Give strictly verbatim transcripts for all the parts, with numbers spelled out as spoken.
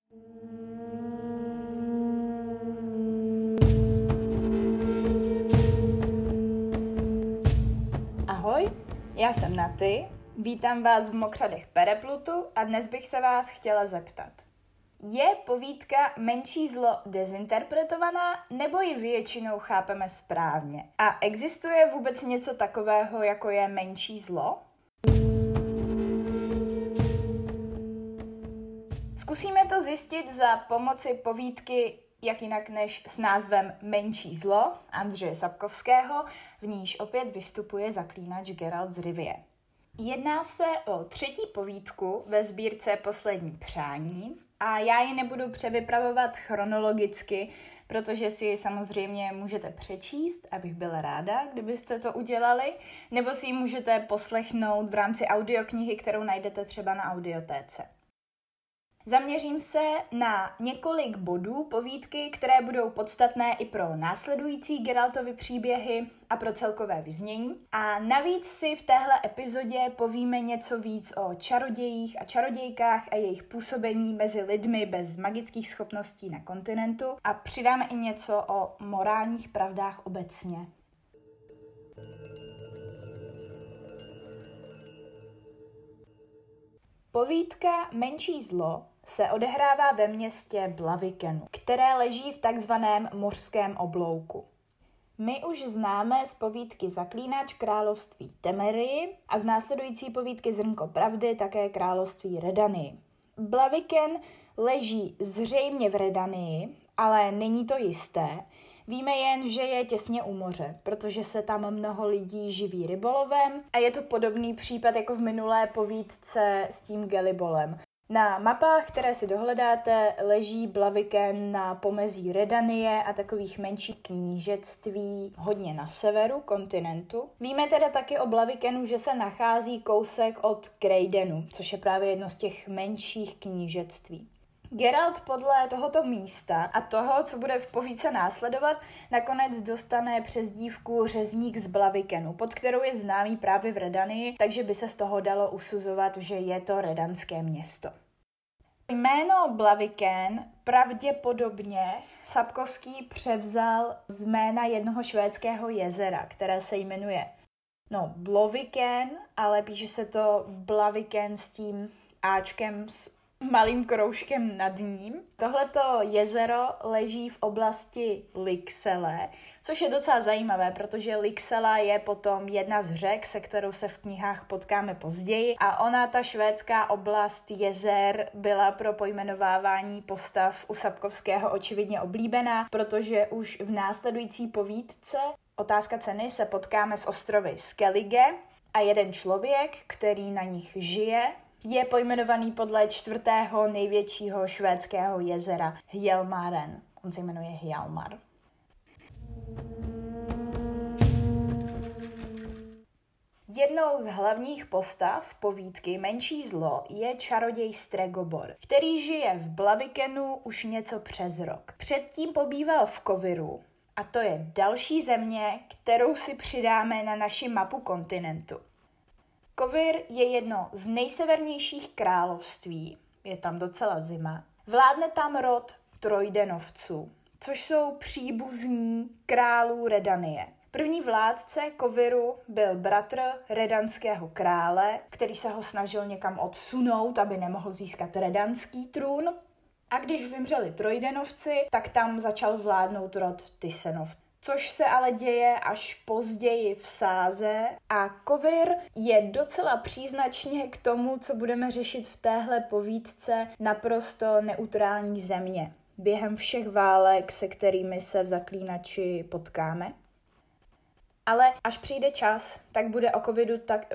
Ahoj, já jsem Naty, vítám vás v Mokřadech Pereplutu a dnes bych se vás chtěla zeptat. Je povídka Menší zlo dezinterpretovaná, nebo ji většinou chápeme správně? A existuje vůbec něco takového, jako je menší zlo? Zkusíme to zjistit za pomoci povídky jak jinak než s názvem Menší zlo Andřeje Sapkovského, v níž opět vystupuje zaklínač Geralt z Rivie. Jedná se o třetí povídku ve sbírce Poslední přání a já ji nebudu převypravovat chronologicky, protože si ji samozřejmě můžete přečíst, abych byla ráda, kdybyste to udělali, nebo si ji můžete poslechnout v rámci audioknihy, kterou najdete třeba na audiotéce. Zaměřím se na několik bodů povídky, které budou podstatné i pro následující Geraltovy příběhy a pro celkové vyznění. A navíc si v téhle epizodě povíme něco víc o čarodějích a čarodějkách a jejich působení mezi lidmi bez magických schopností na kontinentu a přidáme i něco o morálních pravdách obecně. Povídka Menší zlo se odehrává ve městě Blavikenu, které leží v takzvaném mořském oblouku. My už známe z povídky Zaklínač království Temerii a z následující povídky Zrnko pravdy také království Redanii. Blaviken leží zřejmě v Redanii, ale není to jisté. Víme jen, že je těsně u moře, protože se tam mnoho lidí živí rybolovem a je to podobný případ jako v minulé povídce s tím Gelibolem. Na mapách, které si dohledáte, leží Blaviken na pomezí Redanie a takových menších knížectví hodně na severu kontinentu. Víme teda taky o Blavikenu, že se nachází kousek od Kreidenu, což je právě jedno z těch menších knížectví. Geralt podle tohoto místa a toho, co bude v povídce následovat, nakonec dostane přezdívku Řezník z Blavikenu, pod kterou je známý právě v Redanii, takže by se z toho dalo usuzovat, že je to redanské město. Jméno Blaviken pravděpodobně Sapkovský převzal z jména jednoho švédského jezera, které se jmenuje no Bloviken, ale píše se to Blaviken s tím áčkem s malým kroužkem nad ním. Tohleto jezero leží v oblasti Lycksele, což je docela zajímavé, protože Lycksela je potom jedna z řek, se kterou se v knihách potkáme později a ona, ta švédská oblast jezer, byla pro pojmenovávání postav u Sapkovského očividně oblíbená, protože už v následující povídce Otázka ceny se potkáme s ostrovy Skellige a jeden člověk, který na nich žije, je pojmenovaný podle čtvrtého největšího švédského jezera Hjälmaren. On se jmenuje Hjalmar. Jednou z hlavních postav povídky Menší zlo je čaroděj Stregobor, který žije v Blavikenu už něco přes rok. Předtím pobýval v Koviru, a to je další země, kterou si přidáme na naši mapu kontinentu. Kovir je jedno z nejsevernějších království, je tam docela zima. Vládne tam rod Trojdenovců, což jsou příbuzní králů Redanie. První vládce Koviru byl bratr redanského krále, který se ho snažil někam odsunout, aby nemohl získat redanský trůn. A když vymřeli Trojdenovci, tak tam začal vládnout rod Tysenov. Což se ale děje až později v sáze a Kovir je docela příznačně k tomu, co budeme řešit v téhle povídce, naprosto neutrální země. Během všech válek, se kterými se v Zaklínači potkáme. Ale až přijde čas, tak bude o Covidu tak...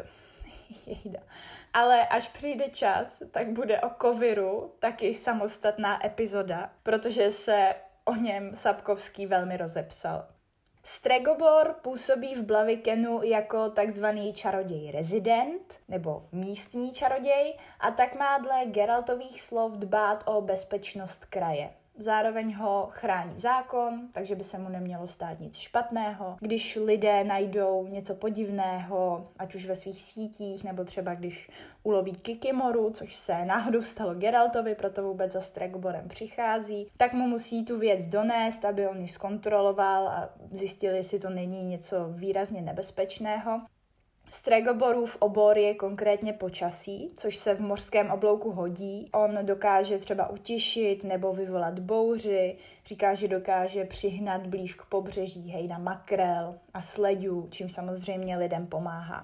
Ale až přijde čas, tak bude o Koviru taky samostatná epizoda, protože se o něm Sapkovský velmi rozepsal. Stregobor působí v Blavikenu jako takzvaný čaroděj rezident, nebo místní čaroděj, a tak má dle Geraltových slov dbát o bezpečnost kraje. zároveň ho chrání zákon, takže by se mu nemělo stát nic špatného. Když lidé najdou něco podivného, ať už ve svých sítích, nebo třeba když uloví kikimoru, což se náhodou stalo Geraltovi, proto vůbec za Stregoborem přichází, tak mu musí tu věc donést, aby on ji zkontroloval a zjistil, jestli to není něco výrazně nebezpečného. Stregoborův obor je konkrétně počasí, což se v mořském oblouku hodí. On dokáže třeba utišit nebo vyvolat bouři, říká, že dokáže přihnat blíž k pobřeží hejna makrel a sleďů, čím samozřejmě lidem pomáhá.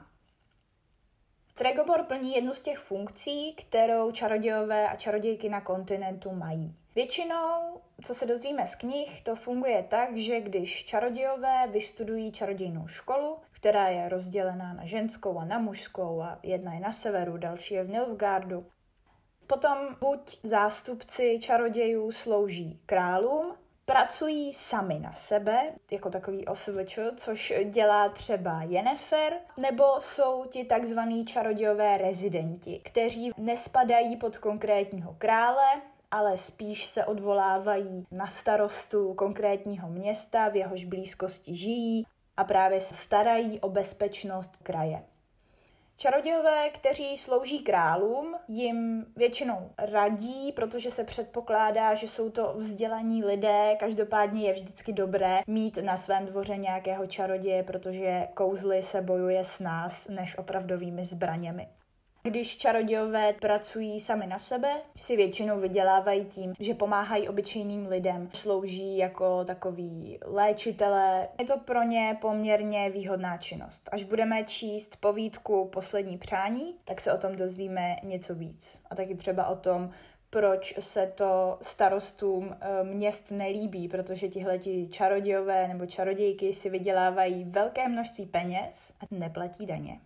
Stregobor plní jednu z těch funkcí, kterou čarodějové a čarodějky na kontinentu mají. Většinou, co se dozvíme z knih, to funguje tak, že když čarodějové vystudují čarodějnou školu, která je rozdělená na ženskou a na mužskou a jedna je na severu, další je v Nilfgaardu. Potom buď zástupci čarodějů slouží králům, pracují sami na sebe, jako takový O S V Č, což dělá třeba Yennefer, nebo jsou ti takzvaní čarodějové rezidenti, kteří nespadají pod konkrétního krále, ale spíš se odvolávají na starostu konkrétního města, v jehož blízkosti žijí a právě se starají o bezpečnost kraje. Čarodějové, kteří slouží králům, jim většinou radí, protože se předpokládá, že jsou to vzdělaní lidé, každopádně je vždycky dobré mít na svém dvoře nějakého čaroděje, protože kouzly se bojuje s nás než opravdovými zbraněmi. Když čarodějové pracují sami na sebe, si většinou vydělávají tím, že pomáhají obyčejným lidem, slouží jako takový léčitelé. Je to pro ně poměrně výhodná činnost. Až budeme číst povídku Poslední přání, tak se o tom dozvíme něco víc. A taky třeba o tom, proč se to starostům měst nelíbí, protože tihleti čarodějové nebo čarodějky si vydělávají velké množství peněz a neplatí daně.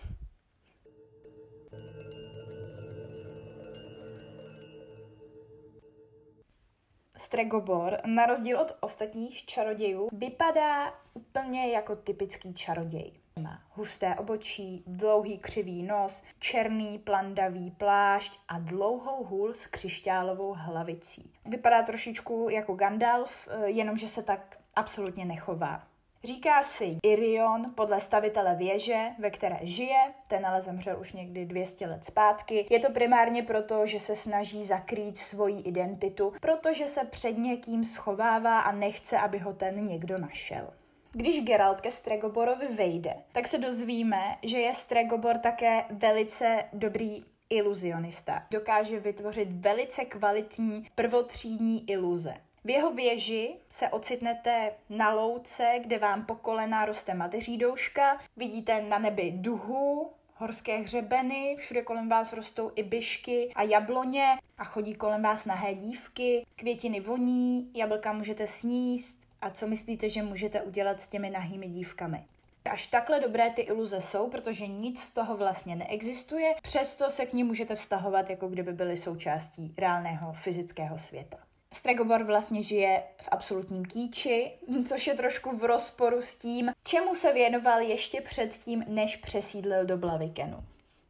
Stregobor, na rozdíl od ostatních čarodějů, vypadá úplně jako typický čaroděj. Má husté obočí, dlouhý křivý nos, černý plandavý plášť a dlouhou hůl s křišťálovou hlavicí. Vypadá trošičku jako Gandalf, jenomže se tak absolutně nechová. Říká si Irion podle stavitele věže, ve které žije, ten ale zemřel už někdy dvě stě let zpátky. Je to primárně proto, že se snaží zakrýt svoji identitu, protože se před někým schovává a nechce, aby ho ten někdo našel. Když Geralt ke Stregoborovi vejde, tak se dozvíme, že je Stregobor také velice dobrý iluzionista. Dokáže vytvořit velice kvalitní prvotřídní iluze. V jeho věži se ocitnete na louce, kde vám po kolena roste mateří douška. Vidíte na nebi duhu, horské hřebeny, všude kolem vás rostou i byšky a jabloně a chodí kolem vás nahé dívky. Květiny voní, jablka můžete sníst a co myslíte, že můžete udělat s těmi nahými dívkami? Až takhle dobré ty iluze jsou, protože nic z toho vlastně neexistuje, přesto se k ní můžete vztahovat, jako kdyby byly součástí reálného fyzického světa. Stregobor vlastně žije v absolutním kýči, což je trošku v rozporu s tím, čemu se věnoval ještě předtím, než přesídlil do Blavikenu.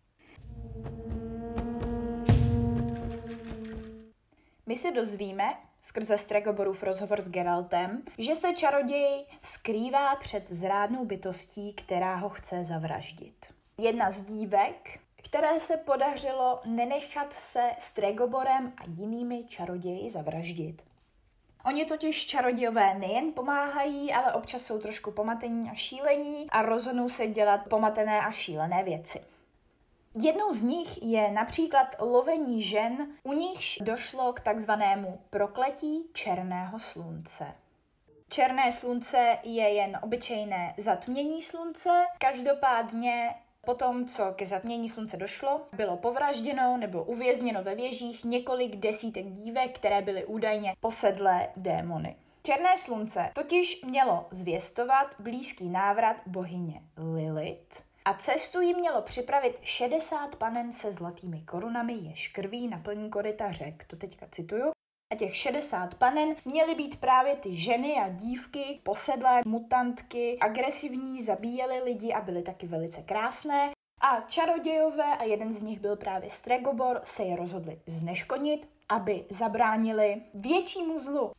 My se dozvíme skrze Stregoborův rozhovor s Geraltem, že se čaroděj skrývá před zrádnou bytostí, která ho chce zavraždit. Jedna z dívek, které se podařilo nenechat se Stregoborem a jinými čaroději zavraždit. Oni totiž čarodějové nejen pomáhají, ale občas jsou trošku pomatení a šílení a rozhodnou se dělat pomatené a šílené věci. Jednou z nich je například lovení žen, u nichž došlo k takzvanému prokletí černého slunce. Černé slunce je jen obyčejné zatmění slunce, každopádně potom, co ke zatmění slunce došlo, bylo povražděno nebo uvězněno ve věžích několik desítek dívek, které byly údajně posedlé démony. Černé slunce totiž mělo zvěstovat blízký návrat bohyně Lilith a cestu jí mělo připravit šedesát panen se zlatými korunami, jež krví naplní koryta řek. To teďka cituju. A těch šedesát panen měly být právě ty ženy a dívky, posedlé mutantky, agresivní, zabíjely lidi a byly taky velice krásné. A čarodějové, a jeden z nich byl právě Stregobor, se je rozhodli zneškodnit, aby zabránili většímu zlu.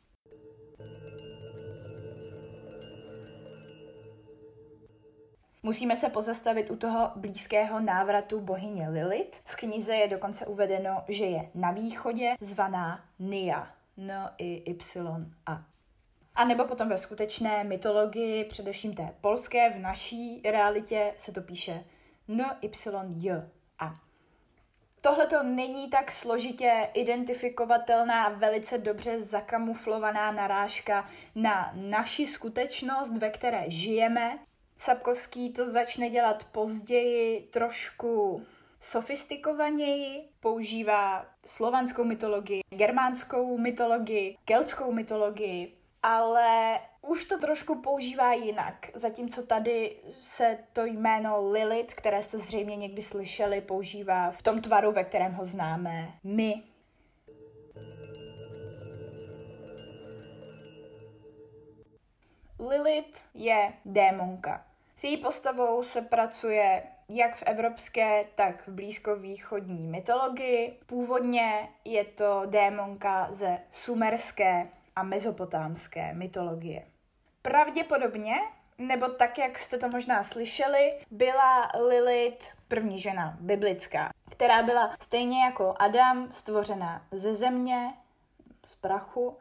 Musíme se pozastavit u toho blízkého návratu bohyně Lilith. V knize je dokonce uvedeno, že je na východě zvaná Nia. No i Y A. A nebo potom ve skutečné mytologii, především té polské, v naší realitě se to píše N Y J A. Tohle to není tak složitě identifikovatelná, velice dobře zakamuflovaná narážka na naši skutečnost, ve které žijeme. Sapkowski to začne dělat později, trošku sofistikovaněji, používá slovanskou mytologii, germánskou mytologii, keltskou mytologii, ale už to trošku používá jinak. Zatímco tady se to jméno Lilith, které jste zřejmě někdy slyšeli, používá v tom tvaru, ve kterém ho známe my. Lilith je démonka. S její postavou se pracuje jak v evropské, tak v blízkovýchodní mytologii. Původně je to démonka ze sumerské a mezopotámské mytologie. Pravděpodobně, nebo tak, jak jste to možná slyšeli, byla Lilith první žena biblická, která byla stejně jako Adam stvořena ze země, z prachu,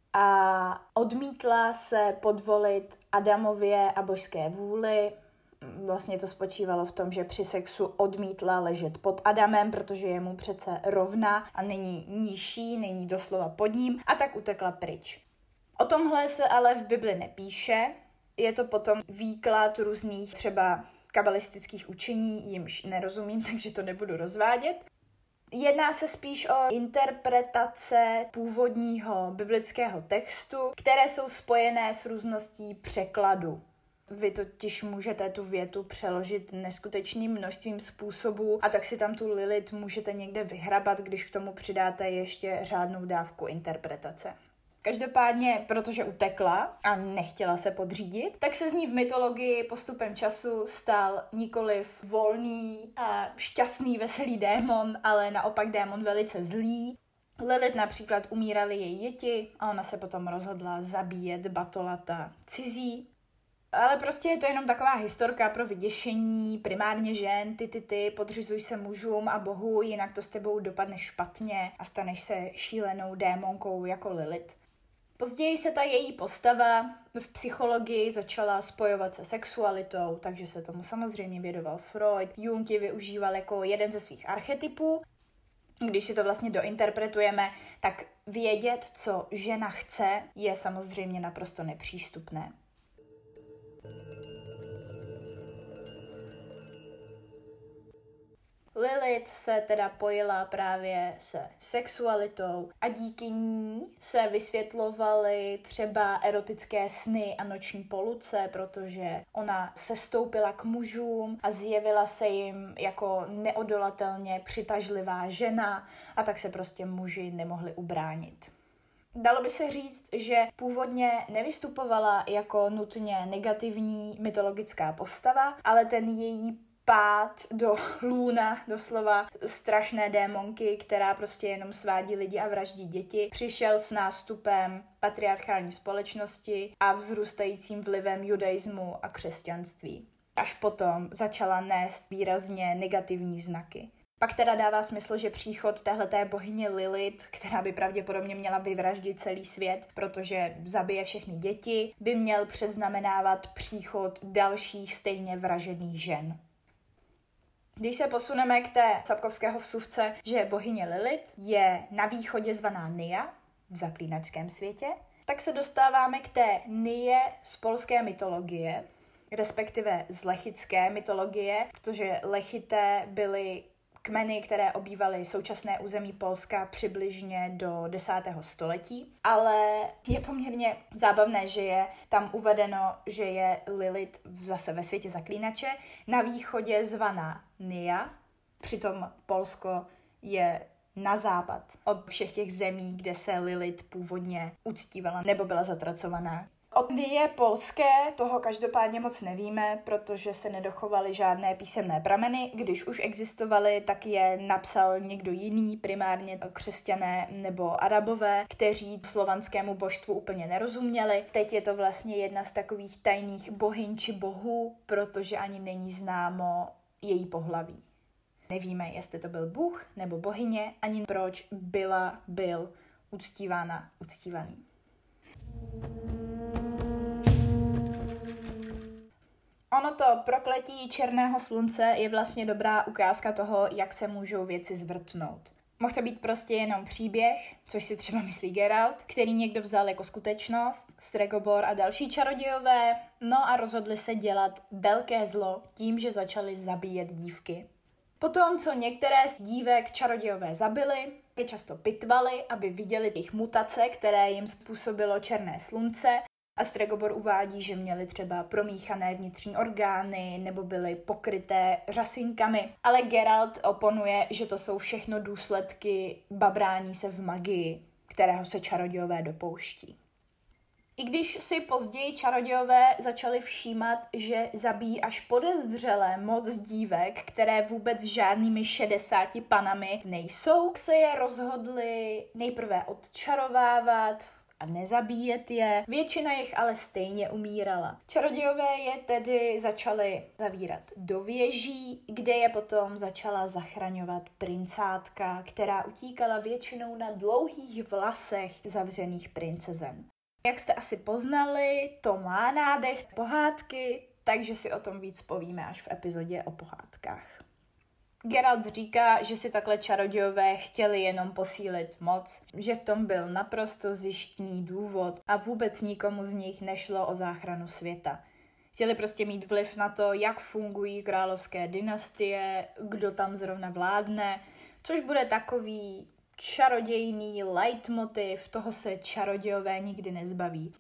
a odmítla se podvolit Adamově a božské vůli. Vlastně to spočívalo v tom, že při sexu odmítla ležet pod Adamem, protože je mu přece rovná a není nižší, není doslova pod ním, a tak utekla pryč. O tomhle se ale v Bibli nepíše, je to potom výklad různých třeba kabalistických učení, jimž nerozumím, takže to nebudu rozvádět. Jedná se spíš o interpretace původního biblického textu, které jsou spojené s růzností překladu. Vy totiž můžete tu větu přeložit neskutečným množstvím způsobů a tak si tam tu Lilith můžete někde vyhrabat, když k tomu přidáte ještě řádnou dávku interpretace. Každopádně, protože utekla a nechtěla se podřídit, tak se z ní v mytologii postupem času stal nikoliv volný a šťastný, veselý démon, ale naopak démon velice zlý. Lilith například umíraly její děti a ona se potom rozhodla zabíjet batolata cizí. Ale prostě je to jenom taková historka pro vyděšení, primárně žen, ty, ty, ty, podřizuj se mužům a bohu, jinak to s tebou dopadne špatně a staneš se šílenou démonkou jako Lilith. Později se ta její postava v psychologii začala spojovat se sexualitou, takže se tomu samozřejmě vědoval Freud. Jung ji využíval jako jeden ze svých archetypů. Když si to vlastně dointerpretujeme, tak vědět, co žena chce, je samozřejmě naprosto nepřístupné. Lilith se teda pojila právě se sexualitou a díky ní se vysvětlovaly třeba erotické sny a noční poluce, protože ona sestoupila k mužům a zjevila se jim jako neodolatelně přitažlivá žena a tak se prostě muži nemohli ubránit. Dalo by se říct, že původně nevystupovala jako nutně negativní mytologická postava, ale ten její pád do lůna, doslova strašné démonky, která prostě jenom svádí lidi a vraždí děti, přišel s nástupem patriarchální společnosti a vzrůstajícím vlivem judaismu a křesťanství. Až potom začala nést výrazně negativní znaky. Pak teda dává smysl, že příchod téhleté bohyně Lilith, která by pravděpodobně měla vyvraždit celý svět, protože zabije všechny děti, by měl předznamenávat příchod dalších stejně vražedných žen. Když se posuneme k té Sapkowského vsuvce, že bohyně Lilith je na východě zvaná Nia v zaklínačském světě, tak se dostáváme k té Nie z polské mytologie, respektive z lechické mytologie, protože Lechité byly kmeny, které obývaly současné území Polska přibližně do desátého století, ale je poměrně zábavné, že je tam uvedeno, že je Lilith zase ve světě zaklínače na východě zvaná Nia, přitom Polsko je na západ od všech těch zemí, kde se Lilith původně uctívala nebo byla zatracovaná. O die polské toho každopádně moc nevíme, protože se nedochovaly žádné písemné prameny. Když už existovaly, tak je napsal někdo jiný, primárně křesťané nebo Arabové, kteří slovanskému božstvu úplně nerozuměli. Teď je to vlastně jedna z takových tajných bohyň či bohů, protože ani není známo její pohlaví. Nevíme, jestli to byl bůh nebo bohyně, ani proč byla, byl uctívána, uctívaný. Ono to prokletí černého slunce je vlastně dobrá ukázka toho, jak se můžou věci zvrtnout. Mohl to být prostě jenom příběh, což si třeba myslí Geralt, který někdo vzal jako skutečnost, Stregobor a další čarodějové, no a rozhodli se dělat velké zlo tím, že začali zabíjet dívky. Potom, co některé z dívek čarodějové zabili, je často pitvali, aby viděli jejich mutace, které jim způsobilo černé slunce. A Stregobor uvádí, že měli třeba promíchané vnitřní orgány nebo byly pokryté řasinkami. Ale Geralt oponuje, že to jsou všechno důsledky babrání se v magii, kterého se čarodějové dopouští. I když si později čarodějové začali všímat, že zabíjí až podezřelé moc dívek, které vůbec žádnými šedesáti panami nejsou, se je rozhodli nejprve odčarovávat a nezabíjet je. Většina jich ale stejně umírala. Čarodějové je tedy začali zavírat do věží, kde je potom začala zachraňovat princátka, která utíkala většinou na dlouhých vlasech zavřených princezen. Jak jste asi poznali, to má nádech pohádky, takže si o tom víc povíme až v epizodě o pohádkách. Geralt říká, že si takhle čarodějové chtěli jenom posílit moc, že v tom byl naprosto zjištný důvod a vůbec nikomu z nich nešlo o záchranu světa. Chtěli prostě mít vliv na to, jak fungují královské dynastie, kdo tam zrovna vládne, což bude takový čarodějný leitmotiv, toho se čarodějové nikdy nezbaví.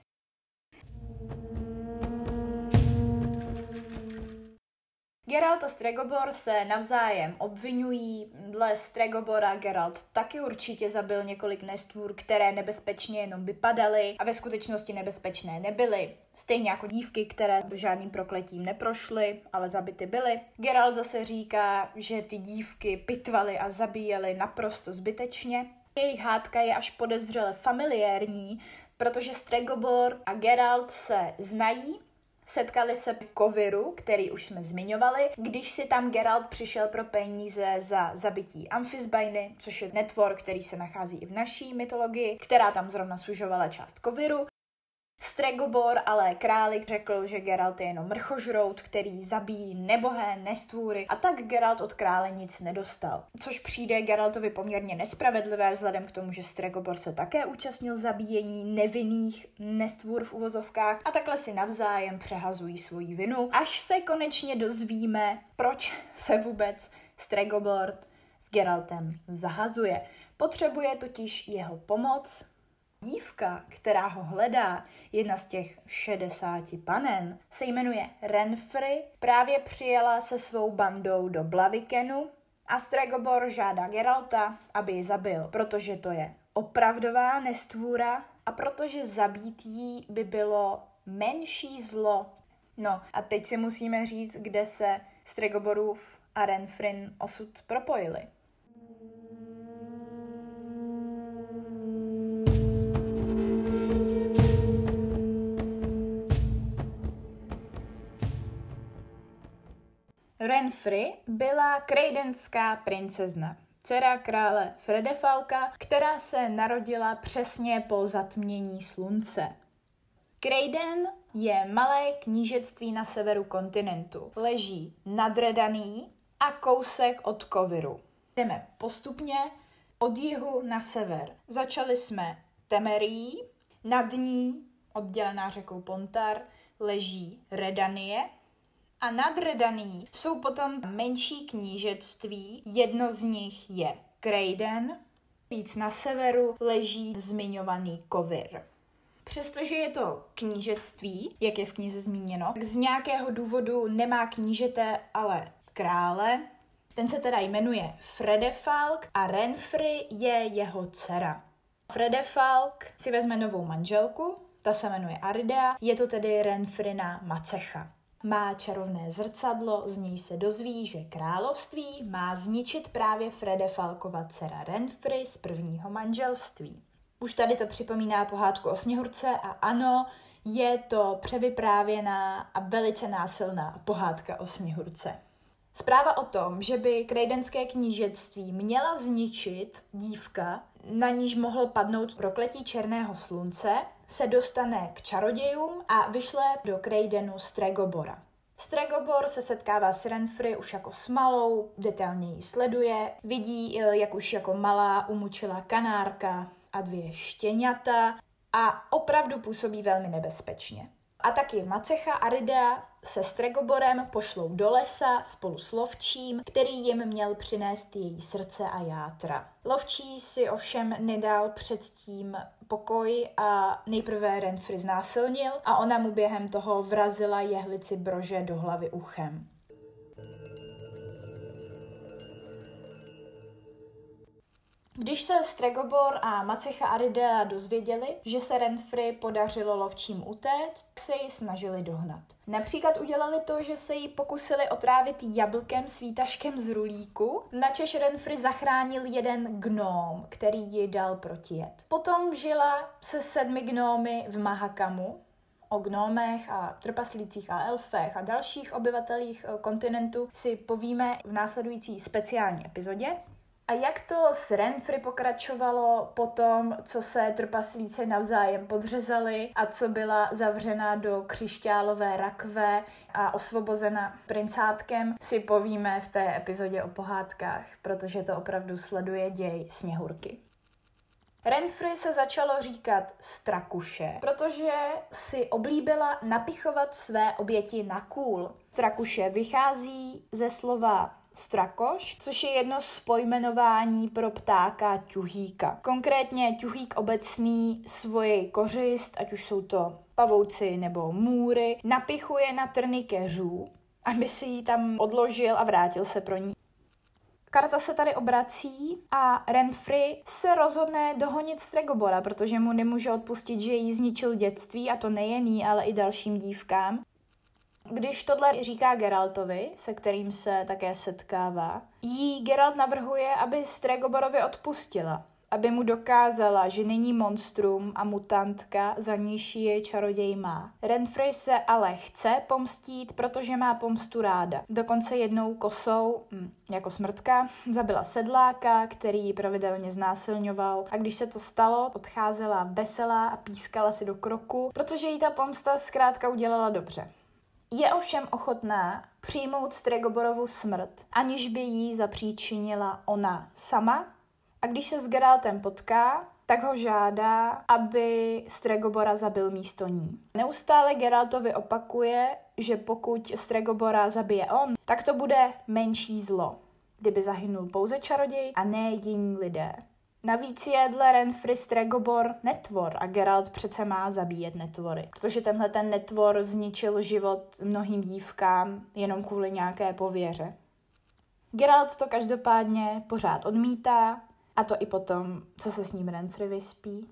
Geralt a Stregobor se navzájem obvinují. Dle Stregobora Geralt taky určitě zabil několik nestvůr, které nebezpečně jenom vypadaly a ve skutečnosti nebezpečné nebyly. Stejně jako dívky, které žádným prokletím neprošly, ale zabity byly. Geralt zase říká, že ty dívky pitvaly a zabíjely naprosto zbytečně. Jejich hádka je až podezřele familiární, protože Stregobor a Geralt se znají. Setkali se v Coviru, který už jsme zmiňovali, když si tam Geralt přišel pro peníze za zabití Amphisbaeny, což je netvor, který se nachází i v naší mytologii, která tam zrovna sužovala část Coviru. Stregobor ale králi řekl, že Geralt je jenom mrchožrout, který zabíjí nebohé nestvůry, a tak Geralt od krále nic nedostal. Což přijde Geraltovi poměrně nespravedlivé vzhledem k tomu, že Stregobor se také účastnil zabíjení nevinných nestvůr v uvozovkách a takhle si navzájem přehazují svoji vinu, až se konečně dozvíme, proč se vůbec Stregobor s Geraltem zahazuje. Potřebuje totiž jeho pomoc. Dívka, která ho hledá, jedna z těch šedesáti panen, se jmenuje Renfri, právě přijela se svou bandou do Blavikenu a Stregobor žádá Geralta, aby ji zabil, protože to je opravdová nestvůra a protože zabít jí by bylo menší zlo. No a teď si musíme říct, kde se Stregoborův a Renfrin osud propojili. Renfri byla kreidenská princezna, dcera krále Fredefalka, která se narodila přesně po zatmění slunce. Kreiden je malé knížectví na severu kontinentu. Leží nad Redaní a kousek od Coviru. Jdeme postupně od jihu na sever. Začali jsme Temerií, nad ní, oddělená řekou Pontar, leží Redanie, a nad Redanií jsou potom menší knížectví, jedno z nich je Kreiden, víc na severu leží zmiňovaný Covir. Přestože je to knížectví, jak je v knize zmíněno, tak z nějakého důvodu nemá knížete, ale krále. Ten se teda jmenuje Fredefalk a Renfri je jeho dcera. Fredefalk si vezme novou manželku, ta se jmenuje Aridea, je to tedy Renfryna macecha. Má čarovné zrcadlo, z něj se dozví, že království má zničit právě Frede Falkova dcera Renfry z prvního manželství. Už tady to připomíná pohádku o Sněhurce a ano, je to převyprávěná a velice násilná pohádka o Sněhurce. Zpráva o tom, že by Cradenské knížectví měla zničit dívka, na níž mohl padnout prokletí černého slunce, se dostane k čarodějům a vyšle do Cradenu Stregobora. Stregobor se setkává s Renfry už jako s malou, detailně ji sleduje, vidí, jak už jako malá umučila kanárka a dvě štěňata a opravdu působí velmi nebezpečně. A taky macecha Aridea se Stregoborem pošlou do lesa spolu s lovčím, který jim měl přinést její srdce a játra. Lovčí si ovšem nedal předtím pokoj a nejprve Renfry znásilnil a ona mu během toho vrazila jehlici brože do hlavy uchem. Když se Stregobor a macecha Aridea dozvěděli, že se Renfry podařilo lovčím utéct, tak se ji snažili dohnat. Například udělali to, že se jí pokusili otrávit jablkem s výtažkem z rulíku, načež Renfry zachránil jeden gnóm, který ji dal protijed. Potom žila se sedmi gnómy v Mahakamu. O gnómech a trpaslících a elfech a dalších obyvatelích kontinentu si povíme v následující speciální epizodě. A jak to s Renfry pokračovalo po tom, co se trpaslíci navzájem podřezali a co byla zavřena do křišťálové rakve a osvobozena princátkem, si povíme v té epizodě o pohádkách, protože to opravdu sleduje děj Sněhurky. Renfry se začalo říkat Strakuše, protože si oblíbila napichovat své oběti na kůl. Strakuše vychází ze slova strakoš, což je jedno z pojmenování pro ptáka ťuhýka. Konkrétně ťuhýk obecný svoji kořist, ať už jsou to pavouci nebo můry, napichuje na trny keřů, aby si ji tam odložil a vrátil se pro ní. Karta se tady obrací a Renfry se rozhodne dohonit Stregobora, protože mu nemůže odpustit, že jí zničil dětství, a to nejen jí, ale i dalším dívkám. Když tohle říká Geraltovi, se kterým se také setkává, jí Geralt navrhuje, aby Stregoborovi odpustila, aby mu dokázala, že není monstrum a mutantka, za níž ji čaroděj má. Renfry se ale chce pomstít, protože má pomstu ráda. Dokonce jednou kosou, hm, jako smrtka, zabila sedláka, který ji pravidelně znásilňoval, a když se to stalo, odcházela veselá a pískala si do kroku, protože jí ta pomsta zkrátka udělala dobře. Je ovšem ochotná přijmout Stregoborovu smrt, aniž by jí zapříčinila ona sama. A když se s Geraltem potká, tak ho žádá, aby Stregobora zabil místo ní. Neustále Geraltovi opakuje, že pokud Stregobora zabije on, tak to bude menší zlo, kdyby zahynul pouze čaroděj a ne jiní lidé. Navíc je dle Renfry Stregobor netvor a Geralt přece má zabíjet netvory, protože tenhle ten netvor zničil život mnohým dívkám jenom kvůli nějaké pověře. Geralt to každopádně pořád odmítá, a to i potom, co se s ním Renfry vyspí.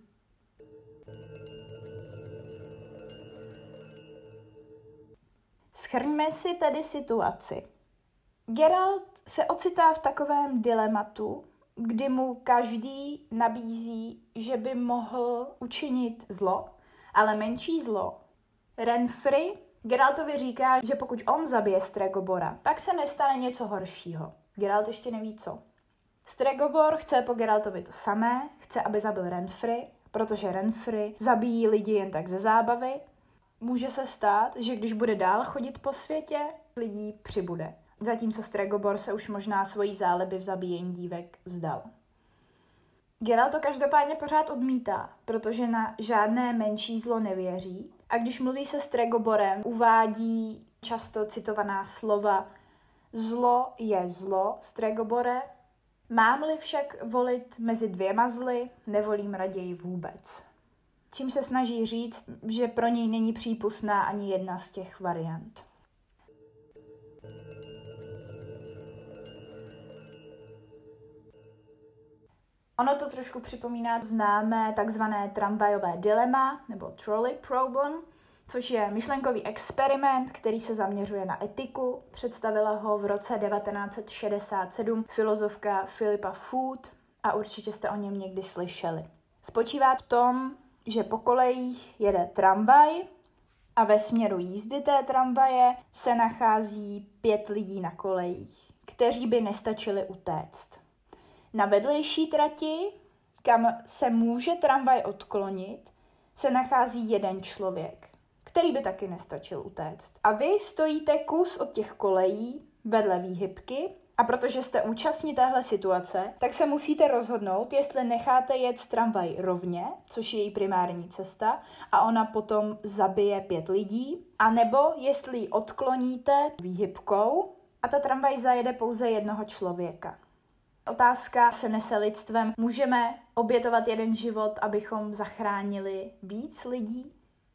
Shrňme si tedy situaci. Geralt se ocitá v takovém dilematu, kdy mu každý nabízí, že by mohl učinit zlo, ale menší zlo. Renfry Geraltovi říká, že pokud on zabije Stregobora, tak se nestane něco horšího. Geralt ještě neví co. Stregobor chce po Geraltovi to samé, chce, aby zabil Renfry, protože Renfry zabíjí lidi jen tak ze zábavy. Může se stát, že když bude dál chodit po světě, lidí přibude. Zatímco Stregobor se už možná svojí záliby v zabíjení dívek vzdal. Geralt to každopádně pořád odmítá, protože na žádné menší zlo nevěří. A když mluví se Stregoborem, uvádí často citovaná slova: zlo je zlo, Stregobore. Mám-li však volit mezi dvěma zly, nevolím raději vůbec. Čím se snaží říct, že pro něj není přípustná ani jedna z těch variant. Ono to trošku připomíná známé takzvané tramvajové dilema nebo trolley problem, což je myšlenkový experiment, který se zaměřuje na etiku. Představila ho v roce devatenáct set šedesát sedm filozofka Philippa Foot a určitě jste o něm někdy slyšeli. Spočívá v tom, že po kolejích jede tramvaj a ve směru jízdy té tramvaje se nachází pět lidí na kolejích, kteří by nestačili utéct. Na vedlejší trati, kam se může tramvaj odklonit, se nachází jeden člověk, který by taky nestačil utéct. A vy stojíte kus od těch kolejí vedle výhybky a protože jste účastní téhle situace, tak se musíte rozhodnout, jestli necháte jet tramvaj rovně, což je její primární cesta, a ona potom zabije pět lidí, anebo jestli ji odkloníte výhybkou a ta tramvaj zajede pouze jednoho člověka. Otázka se nese lidstvem. Můžeme obětovat jeden život, abychom zachránili víc lidí?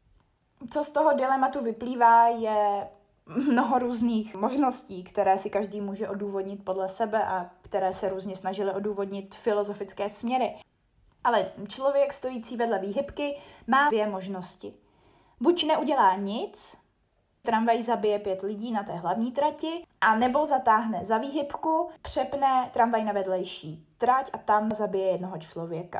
Co z toho dilematu vyplývá, je mnoho různých možností, které si každý může odůvodnit podle sebe a které se různě snažily odůvodnit filozofické směry. Ale člověk stojící vedle výhybky má dvě možnosti. Buď neudělá nic, tramvaj zabije pět lidí na té hlavní trati, a nebo zatáhne za výhybku, přepne tramvaj na vedlejší trať a tam zabije jednoho člověka.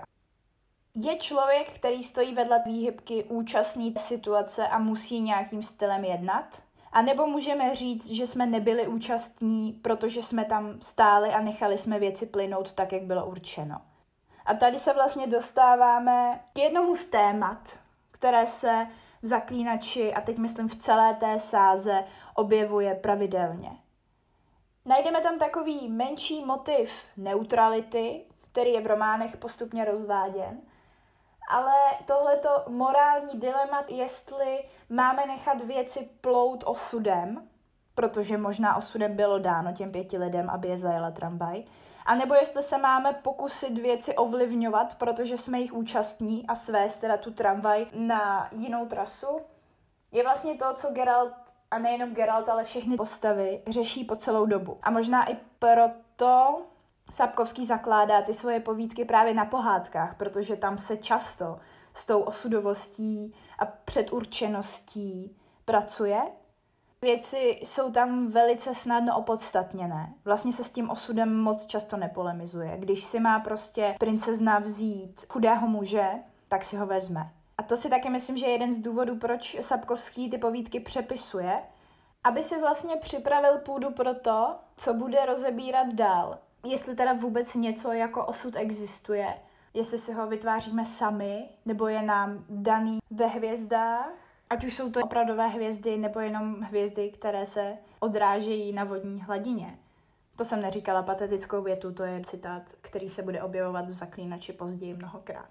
Je člověk, který stojí vedle výhybky, účastní situace a musí nějakým stylem jednat? A nebo můžeme říct, že jsme nebyli účastní, protože jsme tam stáli a nechali jsme věci plynout tak, jak bylo určeno. A tady se vlastně dostáváme k jednomu z témat, které se v Zaklínači, a teď myslím v celé té sáze, objevuje pravidelně. Najdeme tam takový menší motiv neutrality, který je v románech postupně rozváděn, ale tohleto morální dilema, jestli máme nechat věci plout osudem, protože možná osudem bylo dáno těm pěti lidem, aby je zajela tramvaj, a nebo jestli se máme pokusit věci ovlivňovat, protože jsme jich účastní a svést teda tu tramvaj na jinou trasu, je vlastně to, co Geralt, a nejenom Geralt, ale všechny postavy řeší po celou dobu. A možná i proto Sapkovský zakládá ty svoje povídky právě na pohádkách, protože tam se často s tou osudovostí a předurčeností pracuje. Věci jsou tam velice snadno opodstatněné. Vlastně se s tím osudem moc často nepolemizuje. Když si má prostě princezna vzít chudého muže, tak si ho vezme. A to si taky myslím, že je jeden z důvodů, proč Sapkovský ty povídky přepisuje, aby si vlastně připravil půdu pro to, co bude rozebírat dál. Jestli teda vůbec něco jako osud existuje, jestli si ho vytváříme sami, nebo je nám daný ve hvězdách, ať už jsou to opravdové hvězdy, nebo jenom hvězdy, které se odrážejí na vodní hladině. To jsem neříkala patetickou větu, to je citát, který se bude objevovat v Zaklínači později mnohokrát.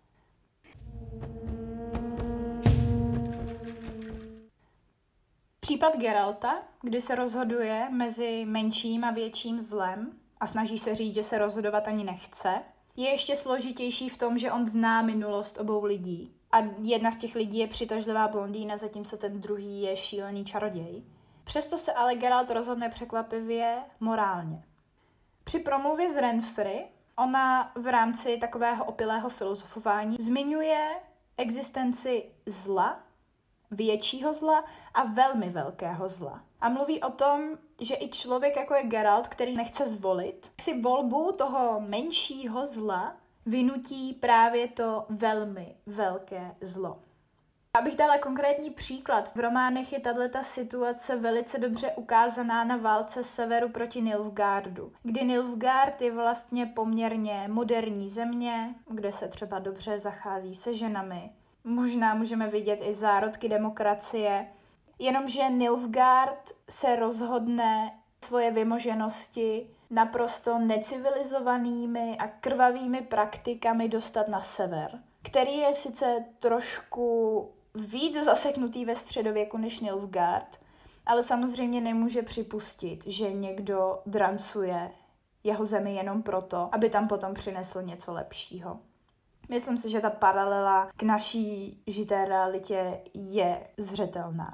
Případ Geralta, kdy se rozhoduje mezi menším a větším zlem a snaží se říct, že se rozhodovat ani nechce, je ještě složitější v tom, že on zná minulost obou lidí. A jedna z těch lidí je přitažlivá blondýna, zatímco ten druhý je šílený čaroděj. Přesto se ale Geralt rozhodne překvapivě morálně. Při promluvě s Renfri ona v rámci takového opilého filozofování zmiňuje existenci zla, většího zla a velmi velkého zla. A mluví o tom, že i člověk jako je Geralt, který nechce zvolit, si volbu toho menšího zla vynutí právě to velmi velké zlo. Abych dala konkrétní příklad, v románech je tato situace velice dobře ukázaná na válce severu proti Nilfgaardu, kdy Nilfgaard je vlastně poměrně moderní země, kde se třeba dobře zachází se ženami. Možná můžeme vidět i zárodky demokracie, jenomže Nilfgaard se rozhodne svoje vymoženosti naprosto necivilizovanými a krvavými praktikami dostat na sever, který je sice trošku víc zaseknutý ve středověku než Nilfgaard, ale samozřejmě nemůže připustit, že někdo drancuje jeho zemi jenom proto, aby tam potom přinesl něco lepšího. Myslím si, že ta paralela k naší žité realitě je zřetelná.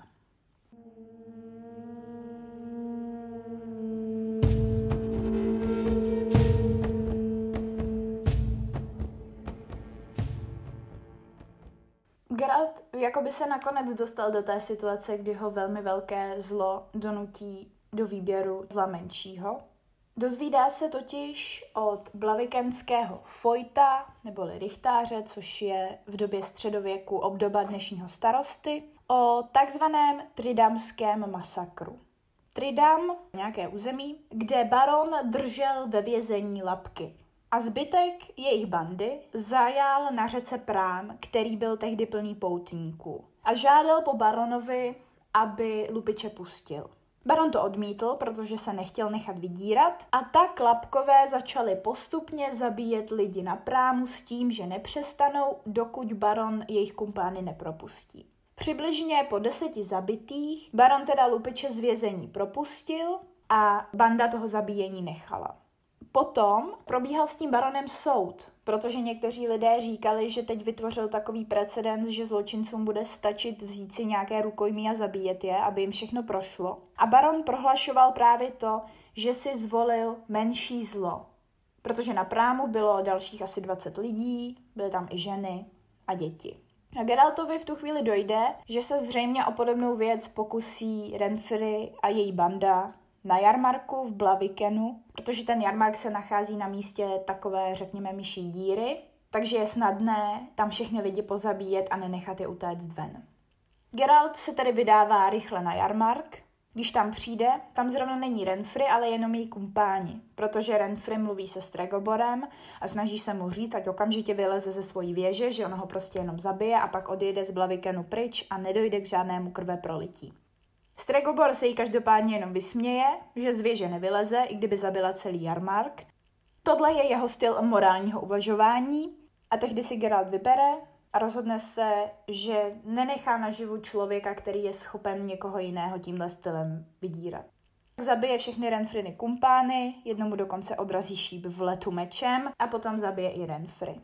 Geralt jakoby se nakonec dostal do té situace, kdy ho velmi velké zlo donutí do výběru zla menšího. Dozvídá se totiž od blavikenského fojta, neboli rychtáře, což je v době středověku obdoba dnešního starosty, o takzvaném tridamském masakru. Tridam, nějaké území, kde baron držel ve vězení Lapky. A zbytek jejich bandy zajal na řece Prám, který byl tehdy plný poutníků. A žádal po baronovi, aby lupiče pustil. Baron to odmítl, protože se nechtěl nechat vydírat, a tak Lapkové začali postupně zabíjet lidi na Prámu s tím, že nepřestanou, dokud baron jejich kumpány nepropustí. Přibližně po deseti zabitých baron teda lupiče z vězení propustil a banda toho zabíjení nechala. Potom probíhal s tím baronem soud, protože někteří lidé říkali, že teď vytvořil takový precedens, že zločincům bude stačit vzít si nějaké rukojmí a zabíjet je, aby jim všechno prošlo. A baron prohlašoval právě to, že si zvolil menší zlo, protože na Prámu bylo dalších asi dvacet lidí, byly tam i ženy a děti. A Geraltovi v tu chvíli dojde, že se zřejmě o podobnou věc pokusí Renfri a její banda na jarmarku v Blavikenu, protože ten jarmark se nachází na místě takové, řekněme, myší díry, takže je snadné tam všechny lidi pozabíjet a nenechat je utéct ven. Geralt se tedy vydává rychle na jarmark. Když tam přijde, tam zrovna není Renfri, ale jenom její kumpáni, protože Renfri mluví se Stregoborem a snaží se mu říct, ať okamžitě vyleze ze svojí věže, že ona ho prostě jenom zabije a pak odjede z Blavikenu pryč a nedojde k žádnému krve prolití. Stregobor se jí každopádně jenom vysměje, že z věže nevyleze, i kdyby zabila celý jarmark. Tohle je jeho styl morálního uvažování a tehdy si Geralt vybere a rozhodne se, že nenechá naživu člověka, který je schopen někoho jiného tímhle stylem vydírat. Zabije všechny Renfriny kumpány, jednomu dokonce odrazí šíp v letu mečem a potom zabije i Renfri.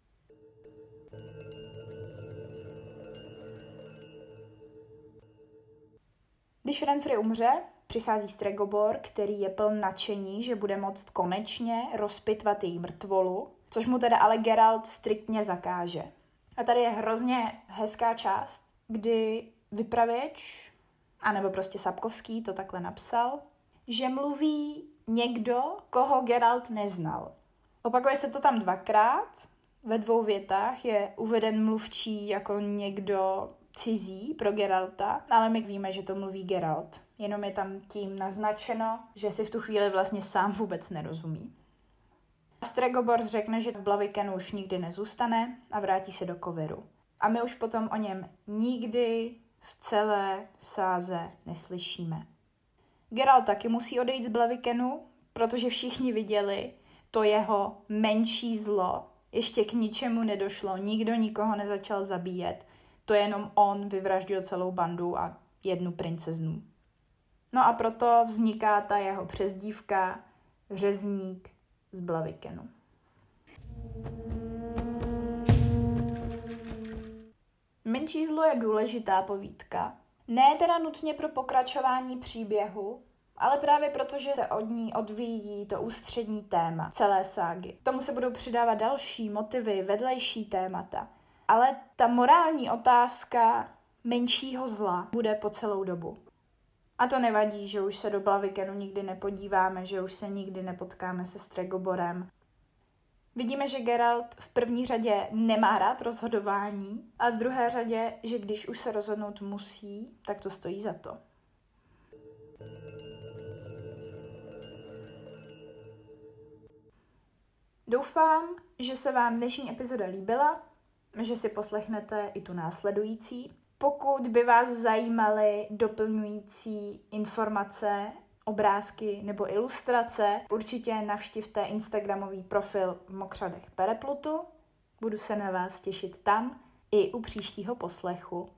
Když Renfri umře, přichází Stregobor, který je pln nadšení, že bude moct konečně rozpitvat její mrtvolu, což mu teda ale Geralt striktně zakáže. A tady je hrozně hezká část, kdy vypravěč, anebo prostě Sapkovský to takhle napsal, že mluví někdo, koho Geralt neznal. Opakuje se to tam dvakrát, ve dvou větách je uveden mluvčí jako někdo cizí pro Geralta, ale my víme, že to mluví Geralt. Jenom je tam tím naznačeno, že si v tu chvíli vlastně sám vůbec nerozumí. Stregobor řekne, že v Blavikenu už nikdy nezůstane a vrátí se do Koviru. A my už potom o něm nikdy v celé sáze neslyšíme. Geralt taky musí odejít z Blavikenu, protože všichni viděli to jeho menší zlo. Ještě k ničemu nedošlo, nikdo nikoho nezačal zabíjet. To jenom on vyvraždil celou bandu a jednu princeznu. No a proto vzniká ta jeho přezdívka Řezník z Blavikenu. Menší zlo je důležitá povídka. Ne teda nutně pro pokračování příběhu, ale právě proto, že se od ní odvíjí to ústřední téma celé ságy. K tomu se budou přidávat další motivy, vedlejší témata. Ale ta morální otázka menšího zla bude po celou dobu. A to nevadí, že už se do Blavikenu nikdy nepodíváme, že už se nikdy nepotkáme se Stregoborem. Vidíme, že Geralt v první řadě nemá rád rozhodování a v druhé řadě, že když už se rozhodnout musí, tak to stojí za to. Doufám, že se vám dnešní epizoda líbila, že si poslechnete i tu následující. Pokud by vás zajímaly doplňující informace, obrázky nebo ilustrace, určitě navštivte instagramový profil v Mokřadech Pereplutu. Budu se na vás těšit tam i u příštího poslechu.